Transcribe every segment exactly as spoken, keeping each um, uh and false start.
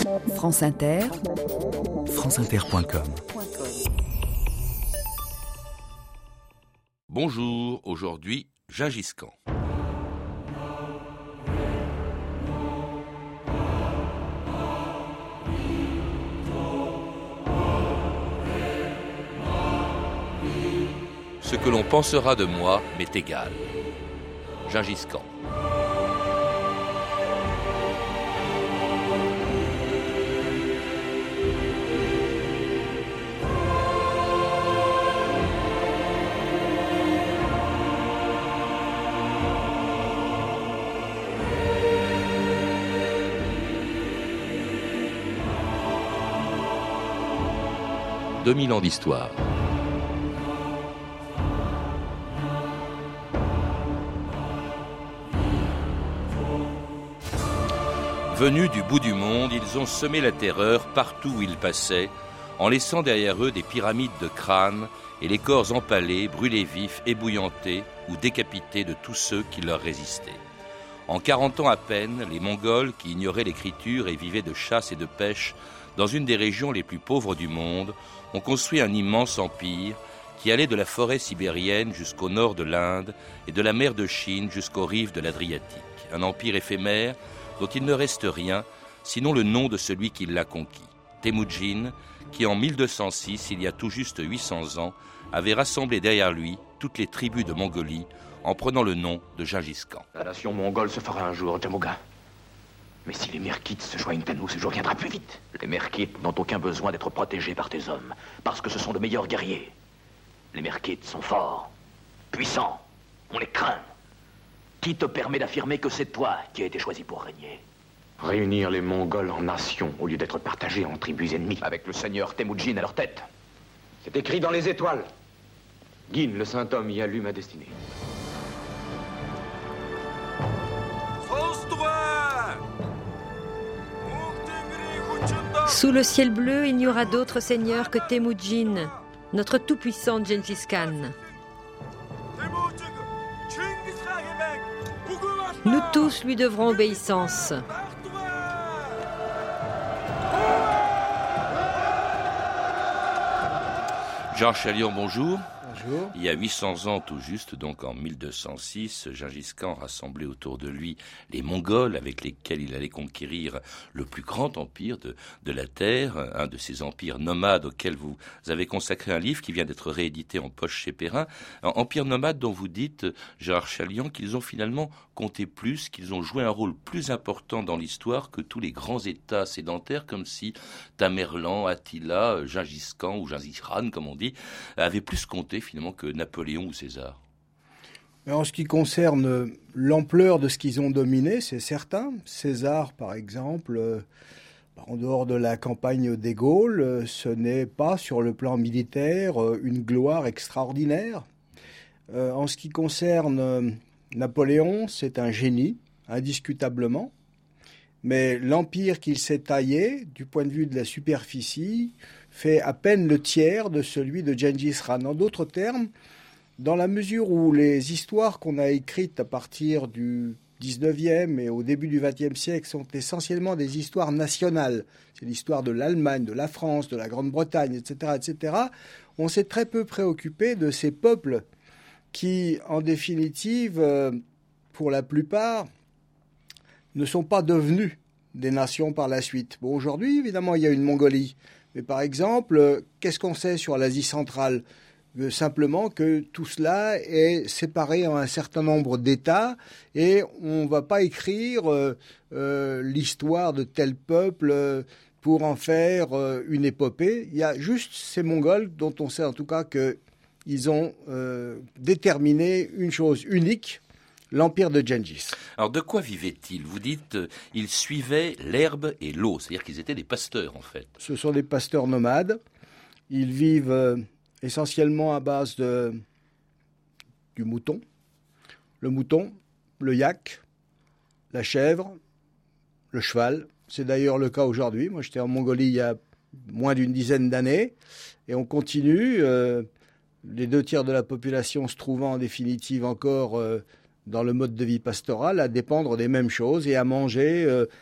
France Inter, franceinter point com. Bonjour, aujourd'hui, Gengis Khan. Ce que l'on pensera de moi m'est égal. Gengis Khan. deux mille ans d'histoire. Venus du bout du monde, ils ont semé la terreur partout où ils passaient, en laissant derrière eux des pyramides de crânes et les corps empalés, brûlés vifs, ébouillantés ou décapités de tous ceux qui leur résistaient. En quarante ans à peine, les Mongols, qui ignoraient l'écriture et vivaient de chasse et de pêche dans une des régions les plus pauvres du monde, ont construit un immense empire qui allait de la forêt sibérienne jusqu'au nord de l'Inde et de la mer de Chine jusqu'aux rives de l'Adriatique. Un empire éphémère dont il ne reste rien, sinon le nom de celui qui l'a conquis. Temujin, qui en mille deux cent six, il y a tout juste huit cents ans, avait rassemblé derrière lui toutes les tribus de Mongolie en prenant le nom de Gengis Khan. La nation mongole se fera un jour, Jamuga. Mais si les Merkites se joignent à nous, ce jour viendra plus vite. Les Merkites n'ont aucun besoin d'être protégés par tes hommes, parce que ce sont de meilleurs guerriers. Les Merkites sont forts, puissants, on les craint. Qui te permet d'affirmer que c'est toi qui as été choisi pour régner? Réunir les Mongols en nations au lieu d'être partagés en tribus ennemies. Avec le seigneur Temujin à leur tête. C'est écrit dans les étoiles. Gin, le saint homme, y a lu ma destinée. Sous le ciel bleu, il n'y aura d'autre seigneur que Temujin, notre tout-puissant Gengis Khan. Nous tous lui devrons obéissance. Jean Chalion, bonjour. Bonjour. Il y a huit cents ans tout juste, donc en mille deux cent six, Gengis Khan rassemblait autour de lui les Mongols avec lesquels il allait conquérir le plus grand empire de, de la Terre, un de ces empires nomades auxquels vous avez consacré un livre qui vient d'être réédité en poche chez Perrin. Un empire nomade dont vous dites, Gérard Chalion, qu'ils ont finalement compté plus, qu'ils ont joué un rôle plus important dans l'histoire que tous les grands États sédentaires, comme si Tamerlan, Attila, Gengis Khan ou Gengis Khan, comme on dit, avaient plus compté finalement que Napoléon ou César. En ce qui concerne l'ampleur de ce qu'ils ont dominé, c'est certain. César, par exemple, euh, en dehors de la campagne des Gaules, euh, ce n'est pas sur le plan militaire euh, une gloire extraordinaire. Euh, en ce qui concerne euh, Napoléon, c'est un génie, indiscutablement. Mais l'empire qu'il s'est taillé, du point de vue de la superficie, fait à peine le tiers de celui de Gengis Khan. En d'autres termes, dans la mesure où les histoires qu'on a écrites à partir du dix-neuvième et au début du vingtième siècle sont essentiellement des histoires nationales, c'est l'histoire de l'Allemagne, de la France, de la Grande-Bretagne, et cetera, et cetera, on s'est très peu préoccupé de ces peuples qui, en définitive, pour la plupart, ne sont pas devenus des nations par la suite. Bon, aujourd'hui, évidemment, il y a une Mongolie. Mais par exemple, qu'est-ce qu'on sait sur l'Asie centrale ? Euh, simplement que tout cela est séparé en un certain nombre d'États et on ne va pas écrire euh, euh, l'histoire de tel peuple euh, pour en faire euh, une épopée. Il y a juste ces Mongols dont on sait en tout cas qu'ils ont euh, déterminé une chose unique, l'empire de Gengis. Alors de quoi vivaient-ils ? Vous dites euh, ils suivaient l'herbe et l'eau, c'est-à-dire qu'ils étaient des pasteurs en fait. Ce sont des pasteurs nomades. Ils vivent euh, essentiellement à base de, du mouton. Le mouton, le yak, la chèvre, le cheval. C'est d'ailleurs le cas aujourd'hui. Moi j'étais en Mongolie il y a moins d'une dizaine d'années et on continue. Euh, les deux tiers de la population se trouvant en définitive encore... Euh, dans le mode de vie pastoral, à dépendre des mêmes choses et à manger euh,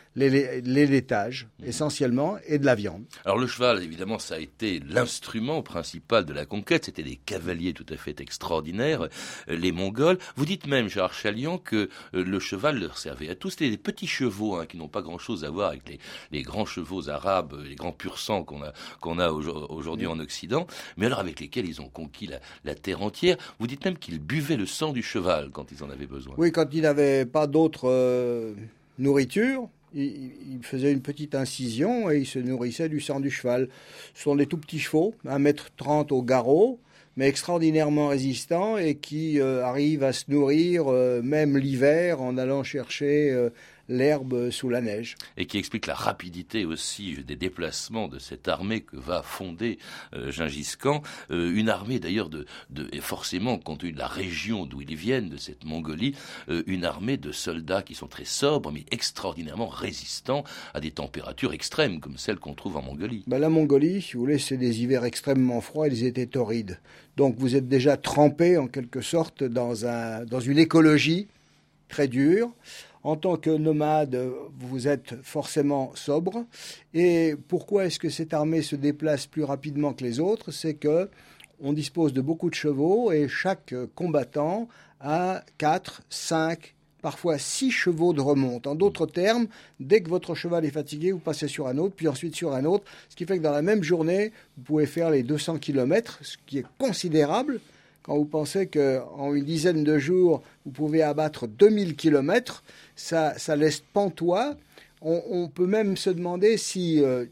les, les laitages, mmh. essentiellement, et de la viande. Alors le cheval, évidemment, ça a été l'instrument principal de la conquête. C'était des cavaliers tout à fait extraordinaires, euh, les Mongols. Vous dites même, Gérard Chaliand, que euh, le cheval leur servait à tous. C'était des petits chevaux hein, qui n'ont pas grand-chose à voir avec les, les grands chevaux arabes, les grands pur-sang qu'on a, qu'on a aujourd'hui mmh. en Occident, mais alors avec lesquels ils ont conquis la, la terre entière. Vous dites même qu'ils buvaient le sang du cheval quand ils en avaient besoin. Oui, quand ils n'avaient pas d'autre euh, nourriture, ils, ils faisaient une petite incision et ils se nourrissaient du sang du cheval. Ce sont des tout petits chevaux, un mètre trente au garrot, mais extraordinairement résistants et qui euh, arrivent à se nourrir euh, même l'hiver en allant chercher euh, l'herbe sous la neige. Et qui explique la rapidité aussi des déplacements de cette armée que va fonder euh, Gengis Khan. Euh, une armée d'ailleurs, de, de, et forcément, compte tenu de la région d'où ils viennent, de cette Mongolie, euh, une armée de soldats qui sont très sobres, mais extraordinairement résistants à des températures extrêmes, comme celles qu'on trouve en Mongolie. Ben, la Mongolie, si vous voulez, c'est des hivers extrêmement froids et des étés torrides. Donc vous êtes déjà trempé, en quelque sorte, dans, un, dans une écologie très dure. En tant que nomade, vous êtes forcément sobre. Et pourquoi est-ce que cette armée se déplace plus rapidement que les autres ? C'est que on dispose de beaucoup de chevaux et chaque combattant a quatre, cinq, parfois six chevaux de remonte. En d'autres termes, dès que votre cheval est fatigué, vous passez sur un autre, puis ensuite sur un autre. Ce qui fait que dans la même journée, vous pouvez faire les deux cents kilomètres, ce qui est considérable. Quand vous pensez qu'en une dizaine de jours, vous pouvez abattre deux mille kilomètres, ça, ça laisse pantois. On, on peut même se demander si euh,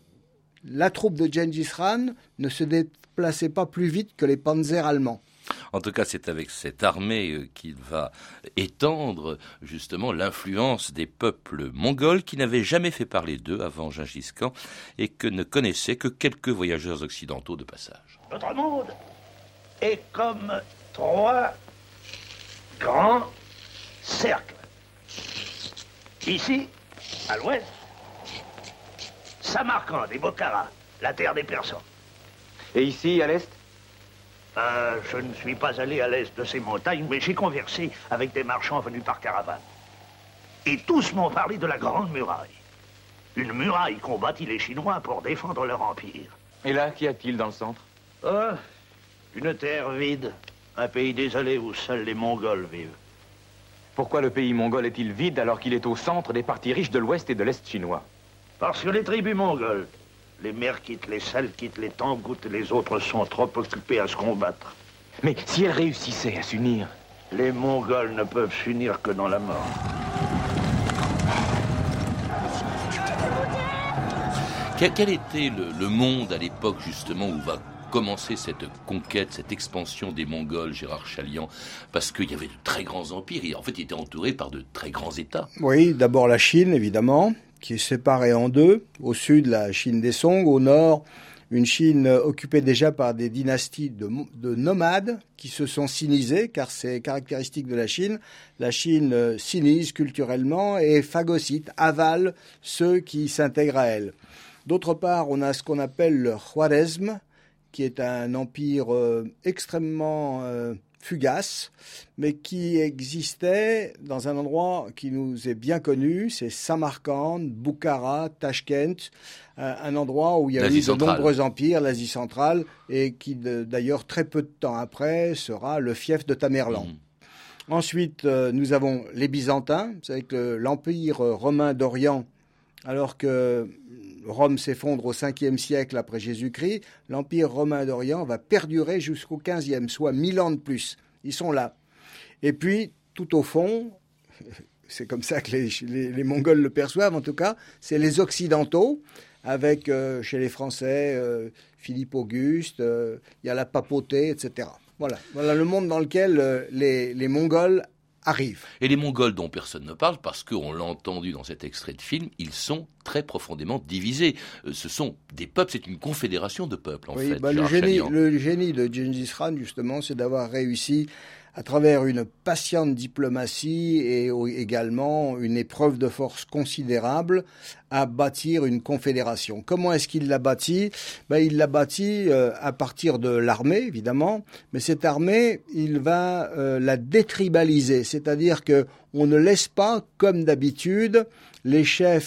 la troupe de Gengis Khan ne se déplaçait pas plus vite que les panzers allemands. En tout cas, c'est avec cette armée qu'il va étendre justement l'influence des peuples mongols qui n'avaient jamais fait parler d'eux avant Gengis Khan et que ne connaissaient que quelques voyageurs occidentaux de passage. Notre monde est comme trois grands cercles. Ici, à l'ouest, Samarcande et Bokhara, la terre des Persans. Et ici, à l'est ? euh, Je ne suis pas allé à l'est de ces montagnes, mais j'ai conversé avec des marchands venus par caravane. Et tous m'ont parlé de la Grande Muraille. Une muraille qu'ont bâtie les Chinois pour défendre leur empire. Et là, qu'y a-t-il dans le centre ? Oh, une terre vide, un pays désolé où seuls les Mongols vivent. Pourquoi le pays mongol est-il vide alors qu'il est au centre des parties riches de l'ouest et de l'est chinois ? Parce que les tribus mongoles, les Merkites, les Salkites, les Tangoutes et les autres sont trop occupés à se combattre. Mais si elles réussissaient à s'unir ? Les Mongols ne peuvent s'unir que dans la mort. Quel était le, le monde à l'époque justement où va commencer cette conquête, cette expansion des Mongols, Gérard Chaliand, parce qu'il y avait de très grands empires, et en fait il était entouré par de très grands États. Oui, d'abord la Chine évidemment, qui est séparée en deux. Au sud, la Chine des Song, au nord, une Chine occupée déjà par des dynasties de, de nomades qui se sont sinisées, car c'est caractéristique de la Chine. La Chine sinise culturellement et phagocyte, avale ceux qui s'intègrent à elle. D'autre part, on a ce qu'on appelle le Khwarezm, qui est un empire euh, extrêmement euh, fugace, mais qui existait dans un endroit qui nous est bien connu, c'est Samarcande, Bukhara, Tashkent, euh, un endroit où il y a eu de nombreux empires, l'Asie centrale, et qui de, d'ailleurs très peu de temps après sera le fief de Tamerlan. Mmh. Ensuite, euh, nous avons les Byzantins, vous savez que l'empire romain d'Orient, alors que Rome s'effondre au cinquième siècle après Jésus-Christ, l'Empire romain d'Orient va perdurer jusqu'au quinzième, soit mille ans de plus. Ils sont là. Et puis, tout au fond, c'est comme ça que les, les, les Mongols le perçoivent en tout cas, c'est les Occidentaux, avec euh, chez les Français, euh, Philippe Auguste, euh, il y a la papauté, et cetera. Voilà, voilà le monde dans lequel euh, les, les Mongols arrivent. Et les Mongols dont personne ne parle, parce qu'on l'a entendu dans cet extrait de film, ils sont très profondément divisés. Ce sont des peuples, c'est une confédération de peuples en oui, fait. Bah le, génie, le génie de Gengis Khan justement, c'est d'avoir réussi à travers une patiente diplomatie et également une épreuve de force considérable à bâtir une confédération. Comment est-ce qu'il l'a bâti ? Ben, il l'a bâti euh, à partir de l'armée, évidemment, mais cette armée, il va euh, la détribaliser, c'est-à-dire que on ne laisse pas, comme d'habitude, les chefs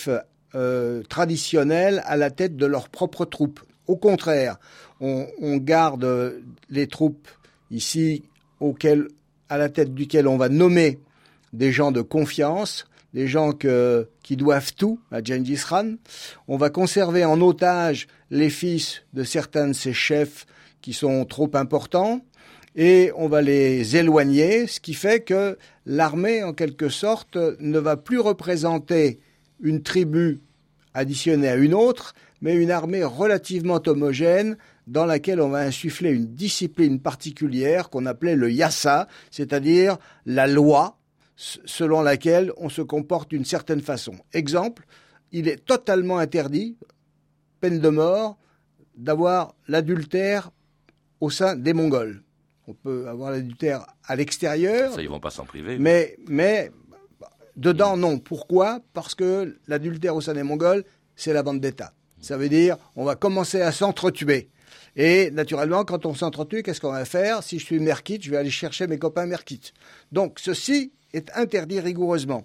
euh, traditionnels à la tête de leurs propres troupes. Au contraire, on, on garde les troupes ici auxquelles, à la tête duquel on va nommer des gens de confiance, des gens que, qui doivent tout à Gengis Khan. On va conserver en otage les fils de certains de ses chefs qui sont trop importants et on va les éloigner, ce qui fait que l'armée, en quelque sorte, ne va plus représenter une tribu additionnée à une autre, mais une armée relativement homogène dans laquelle on va insuffler une discipline particulière qu'on appelait le yassa, c'est-à-dire la loi selon laquelle on se comporte d'une certaine façon. Exemple, il est totalement interdit, peine de mort, d'avoir l'adultère au sein des Mongols. On peut avoir l'adultère à l'extérieur. Ça, ils vont pas s'en priver. Mais, mais dedans, non. Pourquoi ? Parce que l'adultère au sein des Mongols, c'est la vendetta. Ça veut dire, on va commencer à s'entretuer. Et naturellement, quand on s'entretue, qu'est-ce qu'on va faire ? Si je suis merkite, je vais aller chercher mes copains merkites. Donc, ceci est interdit rigoureusement.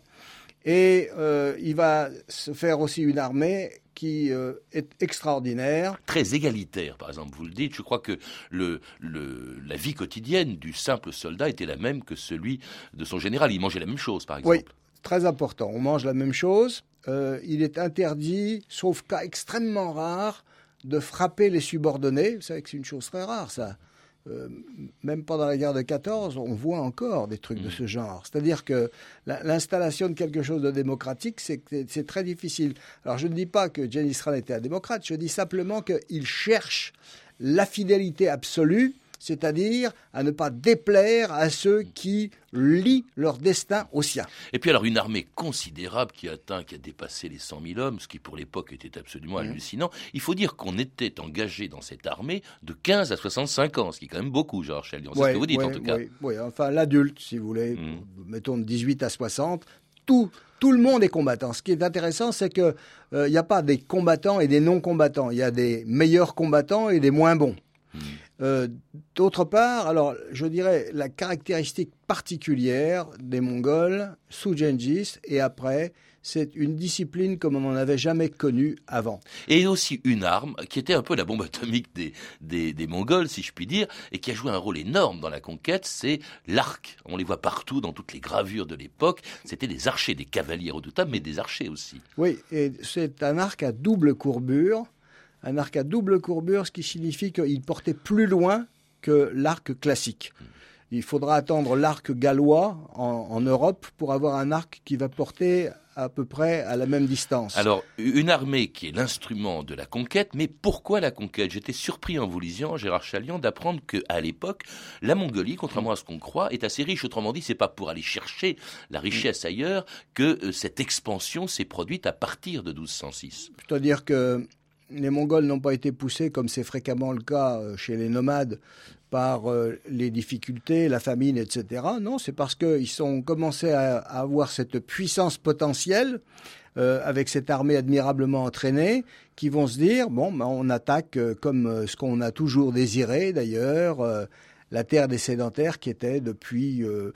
Et euh, il va se faire aussi une armée qui euh, est extraordinaire. Très égalitaire, par exemple, vous le dites. Je crois que le, le, la vie quotidienne du simple soldat était la même que celui de son général. Il mangeait la même chose, par exemple. Oui, très important. On mange la même chose. Euh, il est interdit, sauf cas extrêmement rare, de frapper les subordonnés. Vous savez que c'est une chose très rare, ça. Euh, même pendant la guerre de quatorze, on voit encore des trucs mmh. de ce genre. C'est-à-dire que la, l'installation de quelque chose de démocratique, c'est, c'est très difficile. Alors, je ne dis pas que Gengis Khan était un démocrate, je dis simplement qu'il cherche la fidélité absolue, c'est-à-dire à ne pas déplaire à ceux qui lient leur destin au sien. Et puis alors une armée considérable qui a atteint, qui a dépassé les cent mille hommes, ce qui pour l'époque était absolument mmh. hallucinant. Il faut dire qu'on était engagé dans cette armée de quinze à soixante-cinq ans, ce qui est quand même beaucoup, Gérard Chaliand. C'est ouais, ce que vous dites ouais, en tout cas. Oui, ouais, enfin l'adulte, si vous voulez, mmh. mettons de dix-huit à soixante, tout... Tout le monde est combattant. Ce qui est intéressant, c'est qu'il n'y euh, a pas des combattants et des non-combattants. Il y a des meilleurs combattants et des moins bons. Mmh. Euh, d'autre part, alors je dirais la caractéristique particulière des Mongols sous Gengis et après, c'est une discipline comme on n'en avait jamais connue avant. Et aussi une arme qui était un peu la bombe atomique des, des, des Mongols, si je puis dire, et qui a joué un rôle énorme dans la conquête, c'est l'arc. On les voit partout dans toutes les gravures de l'époque. C'était des archers, des cavaliers redoutables, mais des archers aussi. Oui, et c'est un arc à double courbure. Un arc à double courbure, ce qui signifie qu'il portait plus loin que l'arc classique. Il faudra attendre l'arc gallois en, en Europe pour avoir un arc qui va porter à peu près à la même distance. Alors, une armée qui est l'instrument de la conquête, mais pourquoi la conquête ? J'étais surpris en vous lisant, Gérard Chaliand, d'apprendre qu'à l'époque, la Mongolie, contrairement à ce qu'on croit, est assez riche. Autrement dit, c'est pas pour aller chercher la richesse ailleurs que euh, cette expansion s'est produite à partir de douze cent six. C'est-à-dire que les Mongols n'ont pas été poussés, comme c'est fréquemment le cas chez les nomades, par euh, les difficultés, la famine, et cetera. Non, c'est parce qu'ils ont commencé à, à avoir cette puissance potentielle, euh, avec cette armée admirablement entraînée, qui vont se dire, bon, ben, on attaque euh, comme euh, ce qu'on a toujours désiré, d'ailleurs, euh, la terre des sédentaires qui était depuis... Euh,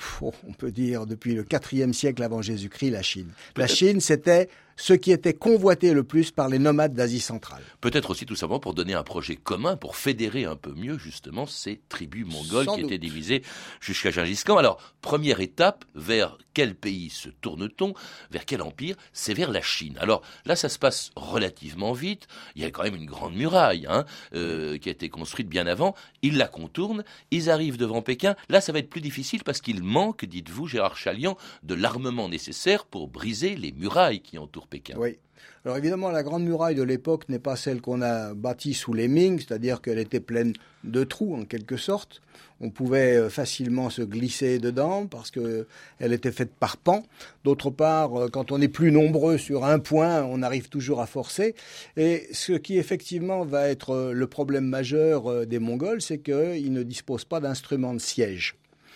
on peut dire depuis le quatrième siècle avant Jésus-Christ, la Chine. La Chine, c'était ce qui était convoité le plus par les nomades d'Asie centrale. Peut-être aussi tout simplement pour donner un projet commun, pour fédérer un peu mieux justement ces tribus mongoles Sans qui doute. étaient divisées jusqu'à Gengis Khan. Alors, première étape, vers quel pays se tourne-t-on ? Vers quel empire ? C'est vers la Chine. Alors là, ça se passe relativement vite. Il y a quand même une grande muraille hein, euh, qui a été construite bien avant. Ils la contournent, ils arrivent devant Pékin. Là, ça va être plus difficile parce qu'il manque, dites-vous, Gérard Chaliand, de l'armement nécessaire pour briser les murailles qui entourent Pékin. Oui. Alors évidemment, la grande muraille de l'époque n'est pas celle qu'on a bâtie sous les Ming, c'est-à-dire qu'elle était pleine de trous en quelque sorte. On pouvait facilement se glisser dedans parce qu'elle était faite par pans. D'autre part, quand on est plus nombreux sur un point, on arrive toujours à forcer. Et ce qui effectivement va être le problème majeur des Mongols, c'est qu'ils ne disposent pas d'instruments de siège.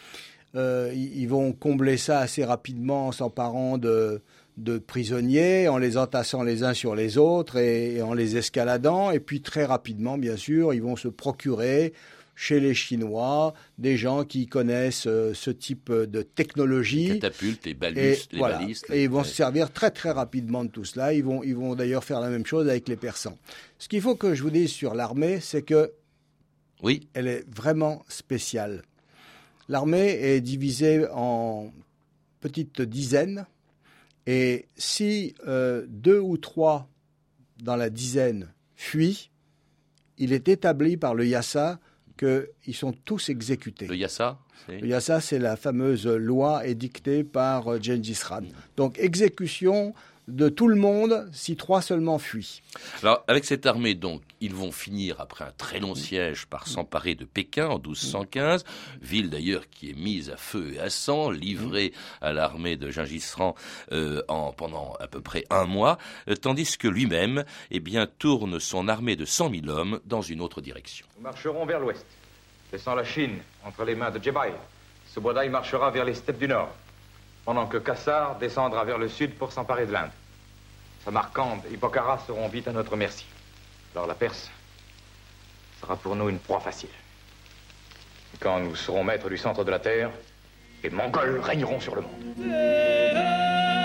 Euh, ils vont combler ça assez rapidement en s'emparant de... de prisonniers, en les entassant les uns sur les autres et, et en les escaladant. Et puis très rapidement, bien sûr, ils vont se procurer chez les Chinois, des gens qui connaissent euh, ce type de technologie. Les catapultes, les balistes, et, les voilà. balistes. Et ils vont ouais. se servir très très rapidement de tout cela. Ils vont, ils vont d'ailleurs faire la même chose avec les Persans. Ce qu'il faut que je vous dise sur l'armée, c'est que Oui. elle est vraiment spéciale. L'armée est divisée en petites dizaines. Et si euh, deux ou trois dans la dizaine fuient, il est établi par le Yassa qu'ils sont tous exécutés. Le Yassa c'est... Le Yassa, c'est la fameuse loi édictée par euh, Gengis Khan. Donc, exécution de tout le monde si trois seulement fuient. Alors, avec cette armée, donc, ils vont finir, après un très long siège, par s'emparer de Pékin en douze cent quinze, ville d'ailleurs qui est mise à feu et à sang, livrée à l'armée de Gengis Khan euh, en, pendant à peu près un mois, euh, tandis que lui-même eh bien, tourne son armée de cent mille hommes dans une autre direction. Nous marcherons vers l'ouest, laissant la Chine entre les mains de Jebai. Subodai marchera vers les steppes du nord, pendant que Kassar descendra vers le sud pour s'emparer de l'Inde. Samarcande et Pokhara seront vite à notre merci. Alors la Perse sera pour nous une proie facile. Et quand nous serons maîtres du centre de la terre, les Mongols régneront sur le monde.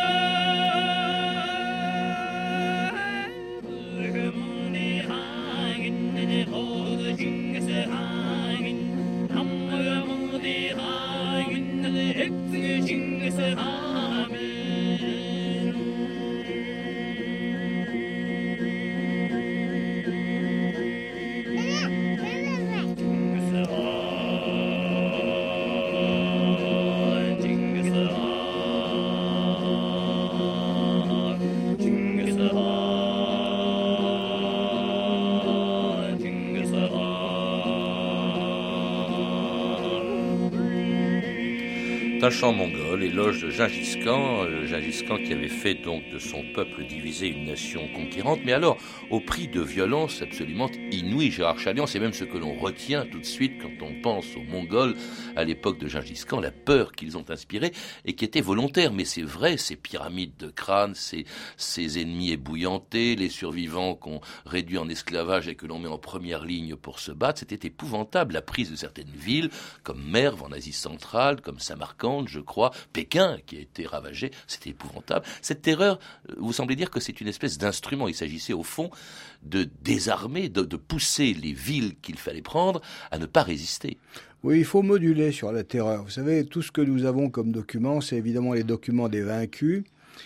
Un chant mongol, éloge de Gengis Khan, euh, Gengis Khan qui avait fait donc de son peuple divisé une nation conquérante, mais alors au prix de violences absolument inouïes. Gérard Chaliand, c'est même ce que l'on retient tout de suite quand on pense aux Mongols à l'époque de Gengis Khan, la peur qu'ils ont inspirée et qui était volontaire. Mais c'est vrai, ces pyramides de crânes, ces, ces ennemis ébouillantés, les survivants qu'on réduit en esclavage et que l'on met en première ligne pour se battre, c'était épouvantable. La prise de certaines villes, comme Merv en Asie centrale, comme Samarcande, je crois, Pékin qui a été ravagé, c'était épouvantable. Cette terreur, vous semblez dire que c'est une espèce d'instrument. Il s'agissait au fond de désarmer, de, de pousser les villes qu'il fallait prendre à ne pas résister. Oui, il faut moduler sur la terreur. Vous savez, tout ce que nous avons comme documents, c'est évidemment les documents des vaincus.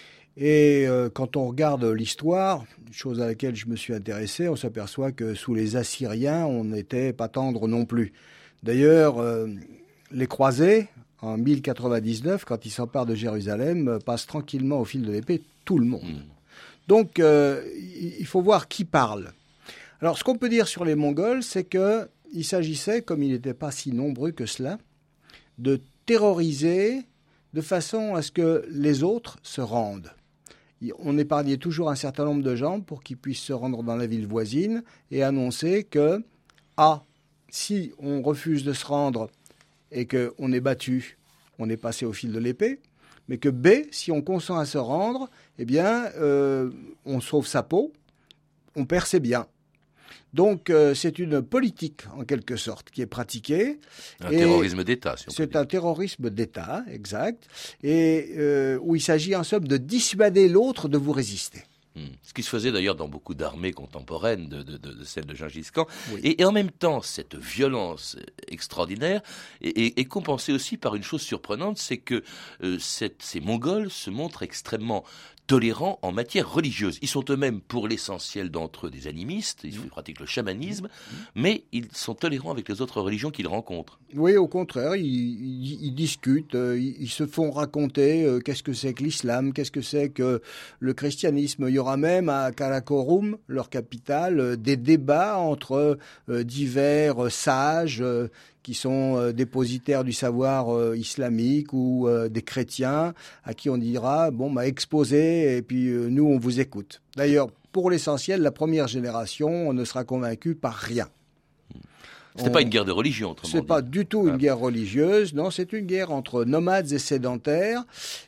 Et euh, quand on regarde l'histoire, chose à laquelle je me suis intéressé, on s'aperçoit que sous les Assyriens, on n'était pas tendre non plus. D'ailleurs, euh, les croisés, en mille quatre-vingt-dix-neuf, quand ils s'emparent de Jérusalem, passent tranquillement au fil de l'épée tout le monde. Mmh. Donc, euh, il faut voir qui parle. Alors, ce qu'on peut dire sur les Mongols, c'est qu'il s'agissait, comme ils n'étaient pas si nombreux que cela, de terroriser de façon à ce que les autres se rendent. On épargnait toujours un certain nombre de gens pour qu'ils puissent se rendre dans la ville voisine et annoncer que, A, si on refuse de se rendre et qu'on est battu, on est passé au fil de l'épée, mais que B, si on consent à se rendre, eh bien, euh, on sauve sa peau, on perd ses biens. Donc, euh, c'est une politique, en quelque sorte, qui est pratiquée. Un et terrorisme d'État, si on peut C'est dire. un terrorisme d'État, exact, et euh, où il s'agit en somme de dissuader l'autre de vous résister. Mmh. Ce qui se faisait d'ailleurs dans beaucoup d'armées contemporaines de, de, de, de celle de Gengis Khan. Oui. Et, et en même temps, cette violence extraordinaire est, est, est compensée aussi par une chose surprenante, c'est que euh, cette, ces Mongols se montrent extrêmement tolérants en matière religieuse. Ils sont eux-mêmes, pour l'essentiel d'entre eux, des animistes, ils mmh. pratiquent le chamanisme, mmh. mais ils sont tolérants avec les autres religions qu'ils rencontrent. Oui, au contraire, ils, ils, ils discutent, ils, ils se font raconter euh, qu'est-ce que c'est que l'islam, qu'est-ce que c'est que le christianisme. Il y aura même à Karakorum, leur capitale, euh, des débats entre euh, divers euh, sages euh, qui sont euh, dépositaires du savoir euh, islamique ou euh, des chrétiens à qui on dira, bon, bah, exposez et puis euh, nous, on vous écoute. D'ailleurs, pour l'essentiel, la première génération, on ne sera convaincu par rien. C'était on... pas une guerre de religion, autrement C'est dit. pas du tout une ah. guerre religieuse, non, c'est une guerre entre nomades et sédentaires.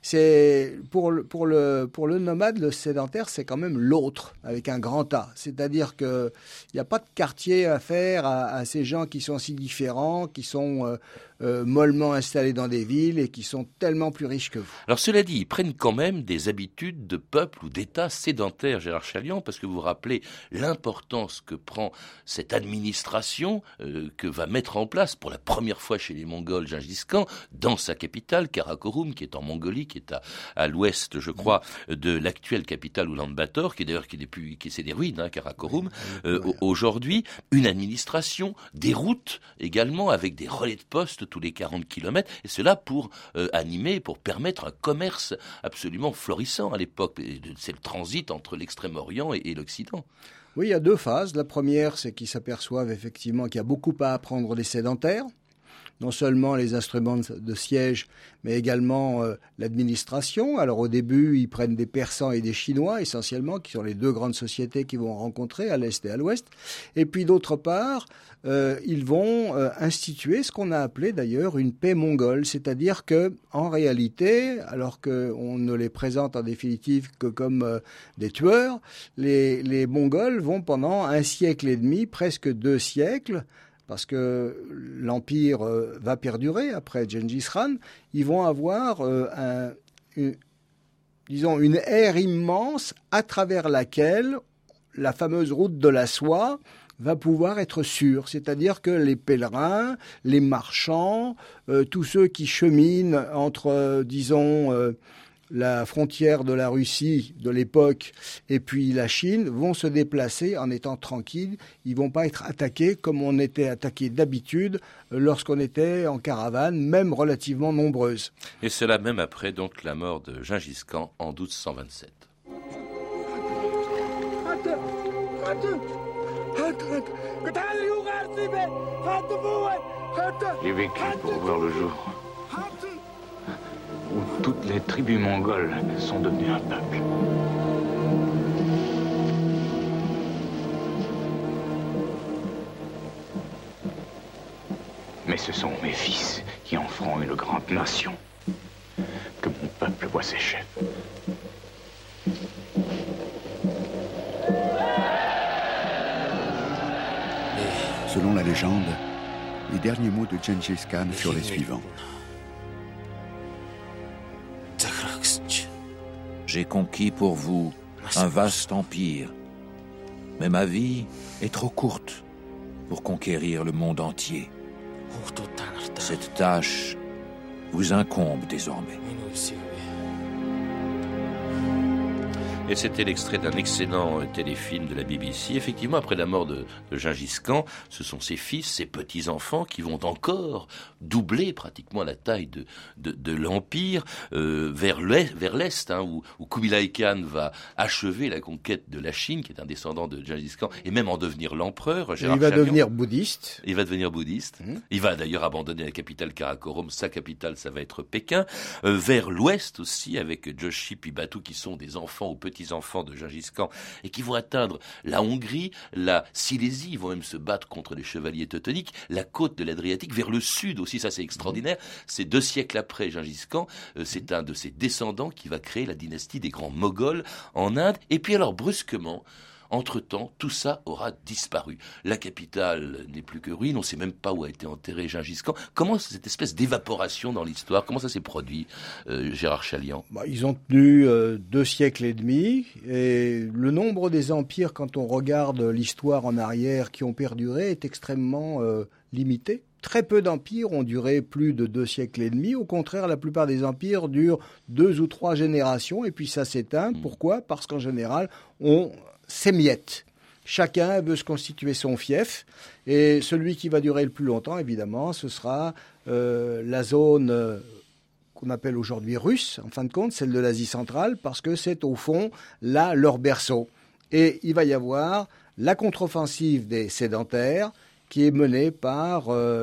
C'est pour le, pour le, pour le nomade, le sédentaire, c'est quand même l'autre, avec un grand A. C'est-à-dire qu'il n'y a pas de quartier à faire à, à ces gens qui sont si différents, qui sont euh, euh, mollement installés dans des villes et qui sont tellement plus riches que vous. Alors cela dit, ils prennent quand même des habitudes de peuple ou d'État sédentaire, Gérard Chaliand, parce que vous vous rappelez l'importance que prend cette administration euh, que va mettre en place pour la première fois chez les Mongols Gengis Khan dans sa capitale, Karakorum, qui est en Mongolie, qui est à, à l'ouest, je crois, de l'actuelle capitale Ulaanbaatar, qui est d'ailleurs qui n'est plus, qui c'est des ruines, hein, Karakorum. Euh, ouais. Aujourd'hui, une administration, des routes également, avec des relais de poste tous les quarante kilomètres, et cela pour euh, animer, pour permettre un commerce absolument florissant à l'époque. C'est le transit entre l'Extrême-Orient et, et l'Occident. Oui, il y a deux phases. La première, c'est qu'ils s'aperçoivent effectivement qu'il y a beaucoup à apprendre des sédentaires. Non seulement les instruments de siège, mais également euh, l'administration. Alors au début, ils prennent des Persans et des Chinois, essentiellement, qui sont les deux grandes sociétés qu'ils vont rencontrer à l'est et à l'ouest. Et puis d'autre part, euh, ils vont euh, instituer ce qu'on a appelé d'ailleurs une paix mongole, c'est-à-dire que en réalité, alors qu'on ne les présente en définitive que comme euh, des tueurs, les, les Mongols vont pendant un siècle et demi, presque deux siècles, parce que l'Empire euh, va perdurer après Gengis Khan, ils vont avoir euh, un, une, disons une ère immense à travers laquelle la fameuse route de la soie va pouvoir être sûre. C'est-à-dire que les pèlerins, les marchands, euh, tous ceux qui cheminent entre, euh, disons, euh, la frontière de la Russie de l'époque et puis la Chine vont se déplacer en étant tranquilles. Ils ne vont pas être attaqués comme on était attaqué d'habitude lorsqu'on était en caravane, même relativement nombreuse. Et cela même après donc la mort de Gengis Khan en douze cent vingt-sept. J'ai vécu pour voir le jour où toutes les tribus mongoles sont devenues un peuple. Mais ce sont mes fils qui en feront une grande nation. Que mon peuple voit ses chefs. Selon la légende, les derniers mots de Gengis Khan furent les suivants. J'ai conquis pour vous un vaste empire, mais ma vie est trop courte pour conquérir le monde entier. Cette tâche vous incombe désormais. Et c'était l'extrait d'un excellent euh, téléfilm de la B B C. Effectivement, après la mort de, de Gengis Khan, ce sont ses fils, ses petits-enfants qui vont encore doubler pratiquement la taille de, de, de l'Empire euh, vers l'est, vers l'est hein, où, où Kubilai Khan va achever la conquête de la Chine, qui est un descendant de Gengis Khan, et même en devenir l'empereur. Gérard il va Chaliand. devenir bouddhiste. Il va devenir bouddhiste. Mmh. Il va d'ailleurs abandonner la capitale Karakorum. Sa capitale, ça va être Pékin. Euh, vers l'ouest aussi, avec Joshi puis Batu, qui sont des enfants ou petits petits-enfants de Gengis Khan et qui vont atteindre la Hongrie, la Silésie, ils vont même se battre contre les chevaliers teutoniques, la côte de l'Adriatique, vers le sud aussi, ça c'est extraordinaire. C'est deux siècles après Gengis Khan, euh, c'est un de ses descendants qui va créer la dynastie des grands Moghols en Inde. Et puis alors brusquement, entre-temps, tout ça aura disparu. La capitale n'est plus que ruine, on ne sait même pas où a été enterré Gengis Khan. Comment cette espèce d'évaporation dans l'histoire, comment ça s'est produit, euh, Gérard Chaliand ? Bah, ils ont tenu euh, deux siècles et demi, et le nombre des empires, quand on regarde l'histoire en arrière, qui ont perduré, est extrêmement euh, limité. Très peu d'empires ont duré plus de deux siècles et demi. Au contraire, la plupart des empires durent deux ou trois générations, et puis ça s'éteint. Mmh. Pourquoi ? Parce qu'en général, on s'émiette. Chacun veut se constituer son fief, et celui qui va durer le plus longtemps, évidemment, ce sera euh, la zone euh, qu'on appelle aujourd'hui russe, en fin de compte, celle de l'Asie centrale, parce que c'est au fond là leur berceau. Et il va y avoir la contre-offensive des sédentaires, qui est menée par euh,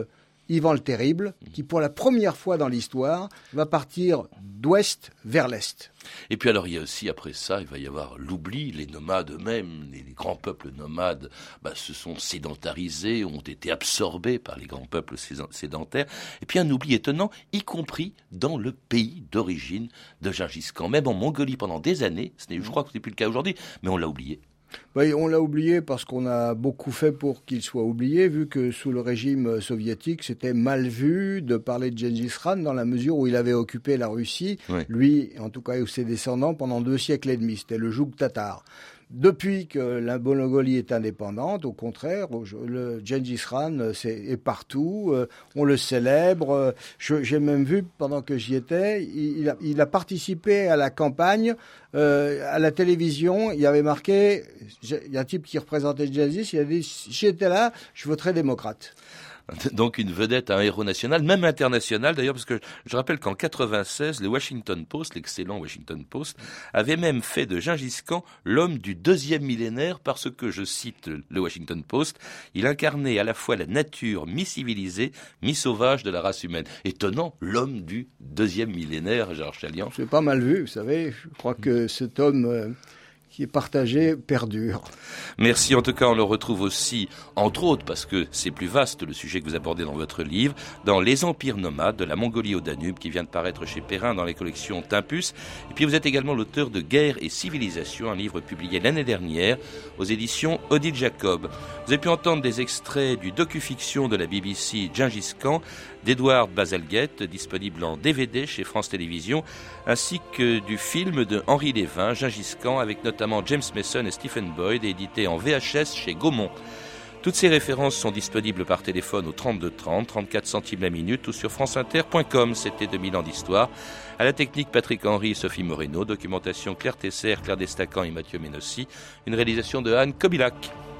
Ivan le Terrible, qui pour la première fois dans l'histoire va partir d'ouest vers l'est. Et puis alors il y a aussi, après ça, il va y avoir l'oubli, les nomades eux-mêmes, les, les grands peuples nomades bah, se sont sédentarisés, ont été absorbés par les grands peuples sédentaires, et puis un oubli étonnant, y compris dans le pays d'origine de Gengis Khan. Même en Mongolie pendant des années, ce n'est, je crois que ce n'est plus le cas aujourd'hui, mais on l'a oublié. Ben, on l'a oublié parce qu'on a beaucoup fait pour qu'il soit oublié, vu que sous le régime soviétique, c'était mal vu de parler de Gengis Khan dans la mesure où il avait occupé la Russie, oui. lui, en tout cas, et ses descendants, pendant deux siècles et demi. C'était le joug tatar. Depuis que la Mongolie est indépendante, au contraire, le Gengis Khan c'est, est partout, euh, on le célèbre. Je, j'ai même vu, pendant que j'y étais, il a, il a participé à la campagne, euh, à la télévision, il y avait marqué, il y a un type qui représentait Gengis, il a dit, si j'étais là, je voterais démocrate. Donc une vedette, un héros national, même international d'ailleurs, parce que je rappelle qu'en quatre-vingt-seize, le Washington Post, l'excellent Washington Post, avait même fait de Gengis Khan l'homme du deuxième millénaire parce que, je cite le Washington Post, il incarnait à la fois la nature mi-civilisée, mi-sauvage de la race humaine. Étonnant, l'homme du deuxième millénaire, Georges Chaliand. C'est pas mal vu, vous savez, je crois que cet homme... Euh... qui est partagé, perdure. Merci, en tout cas, on le retrouve aussi, entre autres, parce que c'est plus vaste le sujet que vous abordez dans votre livre, dans Les Empires nomades, de la Mongolie au Danube, qui vient de paraître chez Perrin dans les collections Tempus. Et puis vous êtes également l'auteur de Guerre et civilisation, un livre publié l'année dernière aux éditions Odile Jacob. Vous avez pu entendre des extraits du docu-fiction de la B B C Gengis Khan, d'Edward Bazalgette, disponible en D V D chez France Télévisions, ainsi que du film de Henri Lévin, Gengis Khan, avec notamment James Mason et Stephen Boyd, édité en V H S chez Gaumont. Toutes ces références sont disponibles par téléphone au trente-deux trente, trente-quatre centimes la minute ou sur franceinter point com. C'était deux mille ans d'histoire. À la technique, Patrick Henry et Sophie Moreno. Documentation Claire Tesser, Claire Destacan et Mathieu Ménossi. Une réalisation de Anne Kobilac.